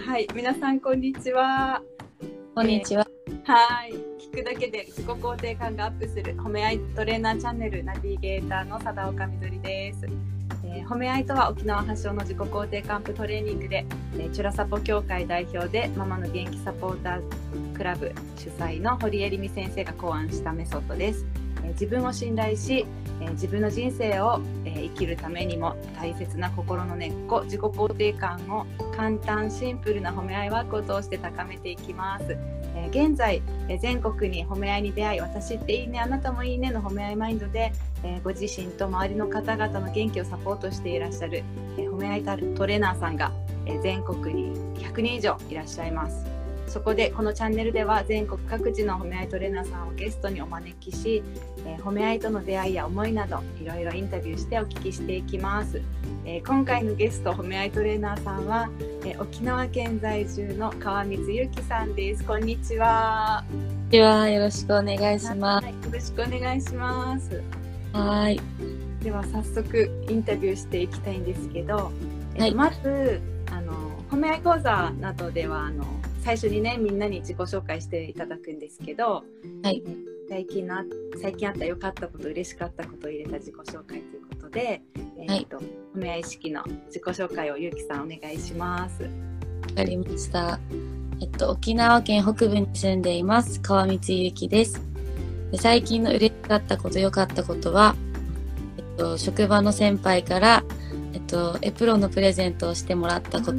はい、皆さんこんにちは。 こんにちは。 はい、聞くだけで自己肯定感がアップする褒め合いトレーナーチャンネルナビゲーターの貞岡みどりです。褒め合いとは沖縄発祥の自己肯定感アップトレーニングで、チュラサポ協会代表でママの元気サポータークラブ主催の堀江里美先生が考案したメソッドです。自分を信頼し、自分の人生を生きるためにも大切な心の根っこ、自己肯定感を簡単シンプルな褒め合いワークを通して高めていきます。現在全国に褒め合いに出会い、私っていいね、あなたもいいねの褒め合いマインドでご自身と周りの方々の元気をサポートしていらっしゃる褒め合いトレーナーさんが全国に100人以上いらっしゃいます。そこでこのチャンネルでは全国各地の褒め合いトレーナーさんをゲストにお招きし、褒め合いとの出会いや思いなどいろいろインタビューしてお聞きしていきます。今回のゲスト褒め合いトレーナーさんは沖縄県在住の川光ゆきさんです。こんにちは。 こんにちは。よろしくお願いします。 よろしくお願いします。 はい。 では早速インタビューしていきたいんですけど、まず褒め合い講座などでは最初にねみんなに自己紹介していただくんですけど、 はい、 最近あった良かったこと嬉しかったことを入れた自己紹介ということで、褒め合い式の自己紹介をゆうきさんお願いします。 わかりました。沖縄県北部に住んでいます川光ゆきです。最近の嬉しかったこと良かったことは、職場の先輩からエプロンのプレゼントをしてもらったこと、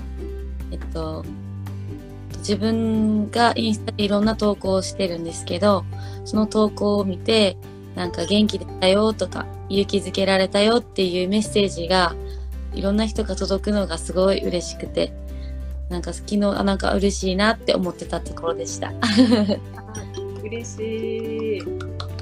自分がインスタでいろんな投稿をしてるんですけど、その投稿を見てなんか元気出たよとか勇気づけられたよっていうメッセージがいろんな人が届くのがすごい嬉しくて、なんか昨日なんか嬉しいなって思ってたところでした。 嬉しい。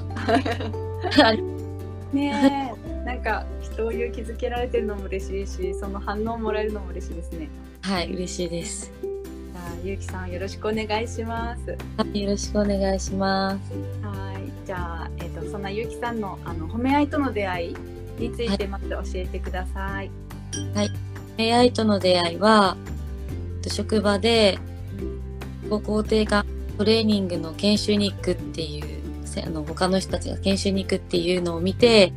ねえ、なんか人を勇気づけられてるのも嬉しいし、その反応をもらえるのも嬉しいですね。 はい、嬉しいです。 ゆうきさんよろしくお願いします。 はい、よろしくお願いします。 はい、じゃあ、そんなゆうきさんの褒め合いとの出会いについてまず教えてください。 はい、褒め合いとの出会いは職場で自己肯定感トレーニングの研修に行くっていう他の人たちが研修に行くっていうのを見て、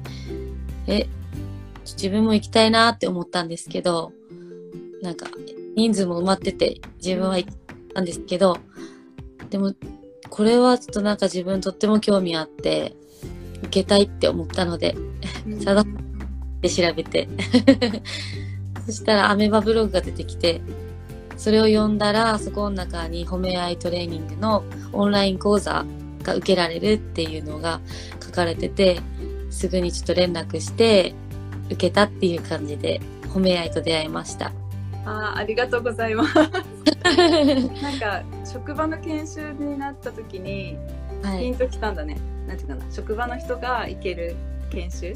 自分も行きたいなって思ったんですけど、なんか人数も埋まってて自分は行ったんですけど、でもこれはちょっとなんか自分とっても興味あって受けたいって思ったのでさだって調べてそしたらアメバブログが出てきて、それを読んだらそこの中に褒め合いトレーニングのオンライン講座が受けられるっていうのが書かれてて、すぐにちょっと連絡して受けたっていう感じで褒め合いと出会いました。 ありがとうございます。なんか職場の研修になった時にピンときたんだね。なんていうかな、職場の人が行ける研修、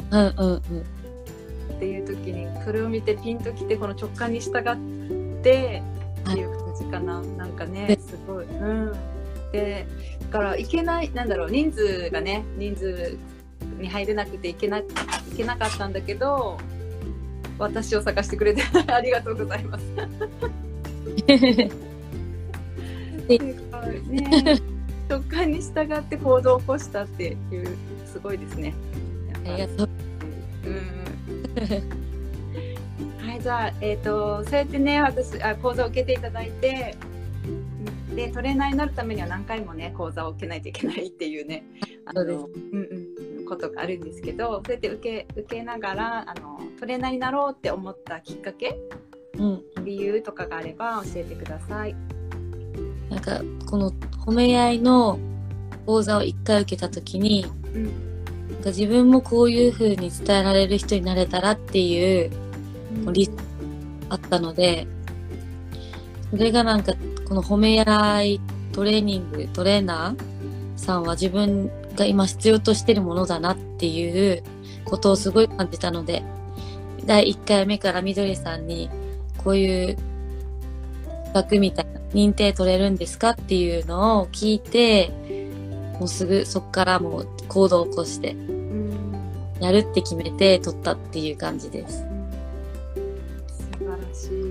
っていう時にそれを見てピンときて、この直感に従ってっていう感じかな。なんかね、すごい。で、だから行けない、なんだろう、人数に入れなくて行けなかったんだけど、私を探してくれてありがとうございます。直感に従って行動を起こしたっていう、すごいですね。 ありがとう。 はい、じゃあ、そうやってね、私講座を受けていただいて、でトレーナーになるためには何回もね講座を受けないといけないっていうね、ことがあるんですけど、そうやって受けながらトレーナーになろうって思ったきっかけ、理由とかがあれば教えてください。 なんかこの褒め合いの講座を1回受けた時に、なんか自分もこういう風に伝えられる人になれたらっていうリストあったので、それがなんかこの褒め合いトレーナーさんは自分が今必要としてるものだなっていうことをすごい感じたので、第1回目からみどりさんにこういう資格みたいな認定取れるんですかっていうのを聞いて、もうすぐそっからもう行動を起こしてやるって決めて取ったっていう感じです。 素晴らしい。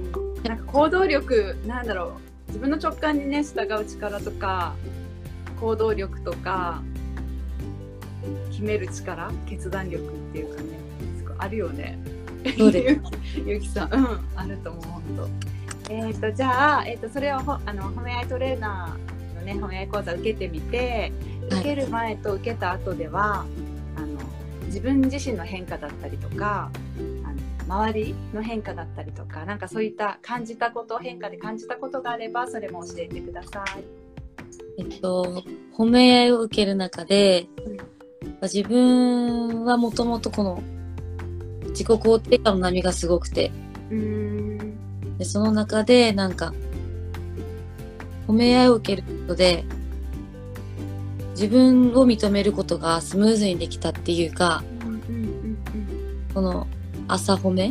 なんか行動力、なんだろう、自分の直感にね従う力とか行動力とか決める力、決断力っていうかね、すごいあるよね。 そうですゆきさん、うん、あると思う、本当。じゃあ、それを褒め合いトレーナーのね、褒め合い講座受けてみて、受ける前と受けた後では、自分自身の変化だったりとか、周りの変化だったりとか、なんかそういった感じたこと、変化で感じたことがあれば、それも教えてください。 褒め合いを受ける中で、自分はもともとこの自己肯定感の波がすごくて、でその中でなんか褒め合いを受けることで自分を認めることがスムーズにできたっていうか、この朝褒め、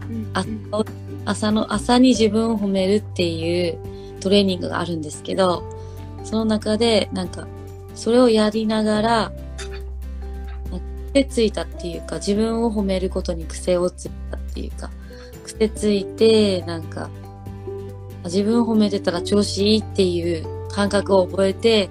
朝に自分を褒めるっていうトレーニングがあるんですけど、その中でなんかそれをやりながら癖ついたっていうか、自分を褒めることに癖をついたっていうか、癖ついてなんか自分を褒めてたら調子いいっていう感覚を覚えて、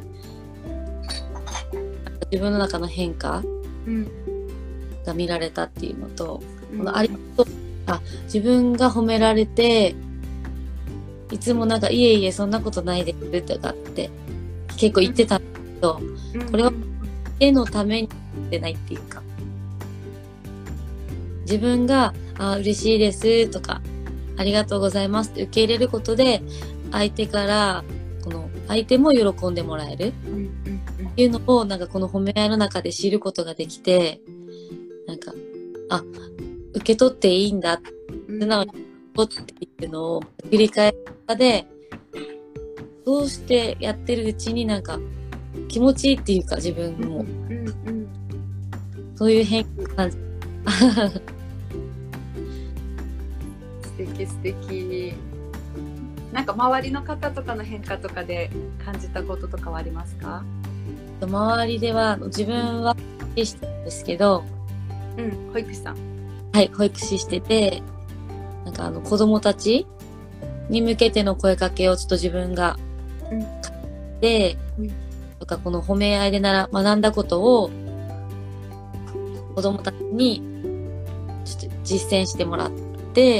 自分の中の変化が見られたっていうのと、このありがとう、自分が褒められて、いつもなんかいえいえそんなことないですとかって結構言ってたんだけど、これは絵のために言ってないっていうか、自分が嬉しいですとかありがとうございますって受け入れることで、相手からこの相手も喜んでもらえるっていうのをなんかこの褒め合いの中で知ることができて、なんか受け取っていいんだって素直に受け取っていくのを繰り返しで、どうしてやってるうちになんか気持ちいいっていうか、自分もそういう変化感じ素敵。なんか周りの方とかの変化とかで感じたこととかはありますか？ 周りでは自分は保育士なんですけど、 保育士さん。 はい、保育士してて、なんか子供たちに向けての声かけをちょっと自分がで、とかこの褒め合いで学んだことを子供たちにちょっと実践してもらって、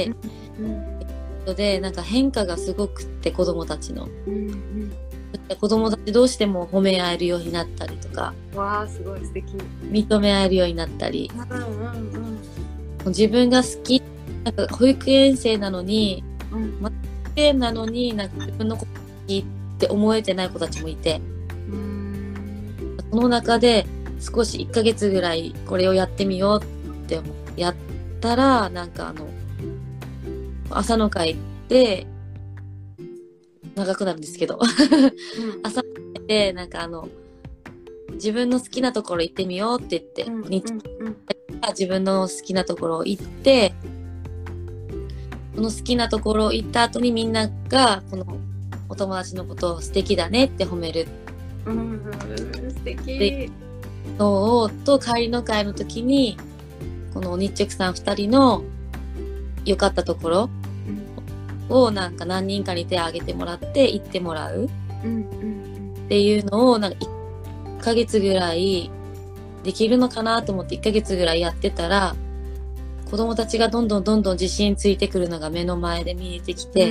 でなんか変化がすごくって子供たちの、子供たち同士でも褒め合えるようになったりとか、 わーすごい素敵。 認め合えるようになったり、自分が好き、なんか保育園生なのに、保育園なのになんか自分のこと好きって思えてない子たちもいて、その中で少し1ヶ月ぐらいこれをやってみようって思ってやったら、なんか朝の会で長くなるんですけど朝の会でなんか自分の好きなところ行ってみようって言って、自分の好きなところ行って、その好きなところ行った後にみんながこのお友達のことを素敵だねって褒める、 素敵のと、帰りの会の時にこの日直さん2人の良かったところをなんか何人かに手を挙げてもらって言ってもらうっていうのをなんか1ヶ月ぐらいできるのかなと思って1ヶ月ぐらいやってたら、子供たちがどんどん自信ついてくるのが目の前で見えてきて、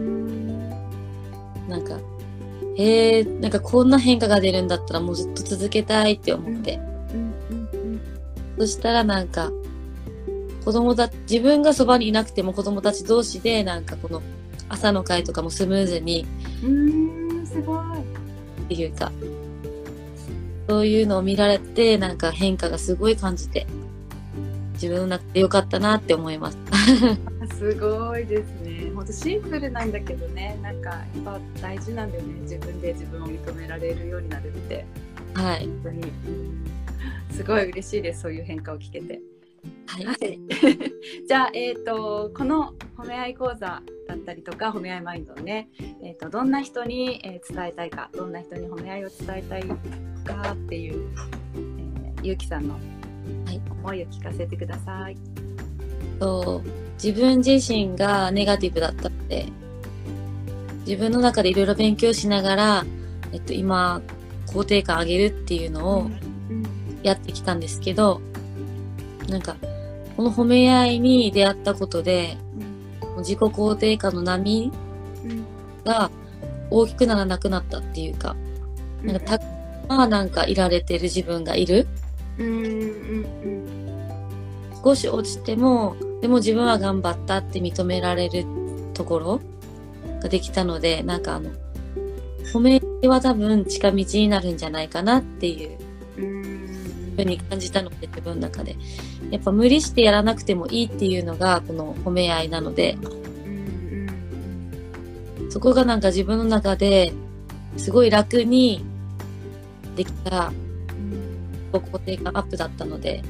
なんかなんかこんな変化が出るんだったらもうずっと続けたいって思って、そしたらなんか自分がそばにいなくても子供たち同士でなんかこの朝の会とかもスムーズにすごいっていうか、そういうのを見られてなんか変化がすごい感じて、自分の中で良かったなって思いますすごいですね。ほんとシンプルなんだけどね、なんかやっぱ大事なんだよね、自分で自分を認められるようになるって。 はい、 本当にすごい嬉しいです、そういう変化を聞けて。 はい、 じゃあ、この褒め合い講座だったりとか褒め合いマインドをね、どんな人に、伝えたいか、どんな人に褒め合いを伝えたいかっていう、ゆうきさんの思いを聞かせてください。 自分自身がネガティブだったので、自分の中でいろいろ勉強しながら、今肯定感上げるっていうのをやってきたんですけど、なんかこの褒め合いに出会ったことで、自己肯定感の波が大きくならなくなったっていうか、なんかなんかいられてる自分がいる。少し落ちても、でも自分は頑張ったって認められるところができたので、なんか褒めは多分近道になるんじゃないかなっていうふうに感じたので、自分の中で。やっぱ無理してやらなくてもいいっていうのがこの褒め合いなので、そこがなんか自分の中ですごい楽にできた肯定感アップだったので、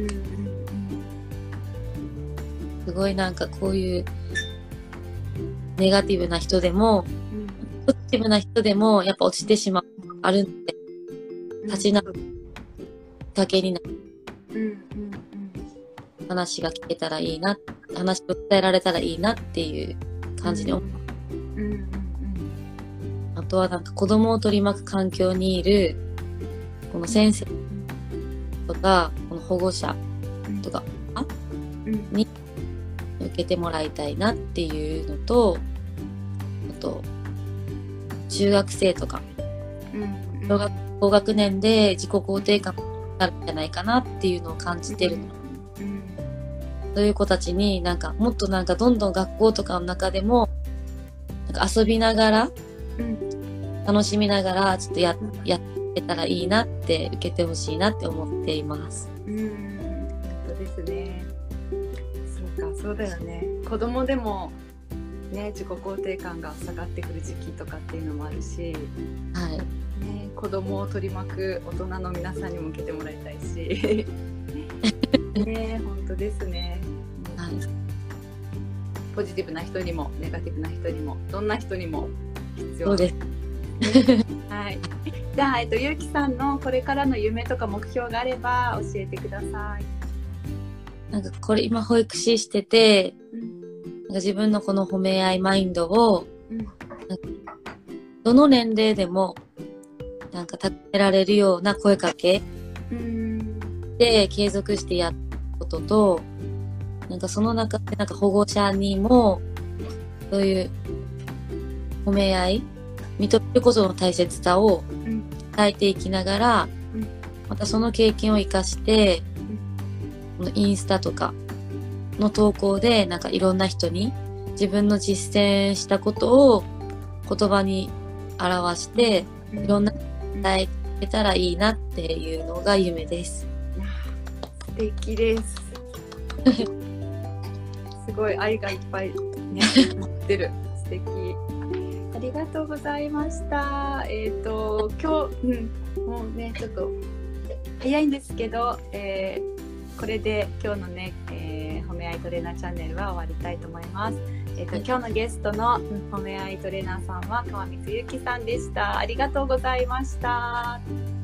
すごいなんかこういうネガティブな人でも、ポジティブな人でもやっぱ落ちてしまうあるんで、立ち直るきっかけになる、話が聞けたらいいな、話を伝えられたらいいなっていう感じに思う。あとはなんか子供を取り巻く環境にいるこの先生とかこの保護者とかに受けてもらいたいなっていうのと、あと中学生とか小学高学年で自己肯定感になるんじゃないかなっていうのを感じてるの。そういう子たちになんかもっとなんかどんどん学校とかの中でもなんか遊びながら、楽しみながらちょっとやってたらいいなって受けてほしいなって思っています。 そうですね。そうか、そうだよね。子供でもね、自己肯定感が下がってくる時期とかっていうのもあるし、 はい。 ね、子供を取り巻く大人の皆さんにも受けてもらいたいし、ね、本当ですね。 はい。 ポジティブな人にもネガティブな人にもどんな人にも必要そうです。 はい。じゃあ、ゆうきさんのこれからの夢とか目標があれば教えてください。 なんかこれ今保育士してて、なんか自分のこの褒め合いマインドを、どの年齢でもなんか助けられるような声かけで継続してやることと、なんかその中でなんか保護者にもそういう褒め合い、認めることの大切さを伝えていきながら、またその経験を生かして、このインスタとかの投稿でなんかいろんな人に自分の実践したことを言葉に表していろんな人に伝えてたらいいなっていうのが夢です。 素敵です。すごい愛がいっぱいね持ってる。素敵。ありがとうございました。今日、もうねちょっと早いんですけど、これで今日のね、褒め合いトレーナーチャンネルは終わりたいと思います。今日のゲストの褒め合いトレーナーさんは川光ゆきさんでした。ありがとうございました。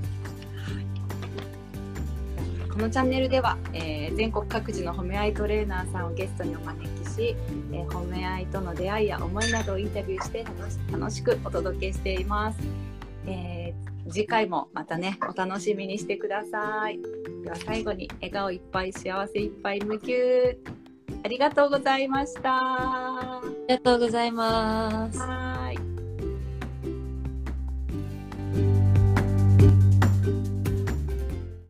このチャンネルでは、全国各地の褒め合いトレーナーさんをゲストにお招きし、褒め合いとの出会いや思いなどをインタビューして楽しくお届けしています。次回もまたねお楽しみにしてください。では最後に笑顔いっぱい幸せいっぱい無休、ありがとうございました。 ありがとうございます。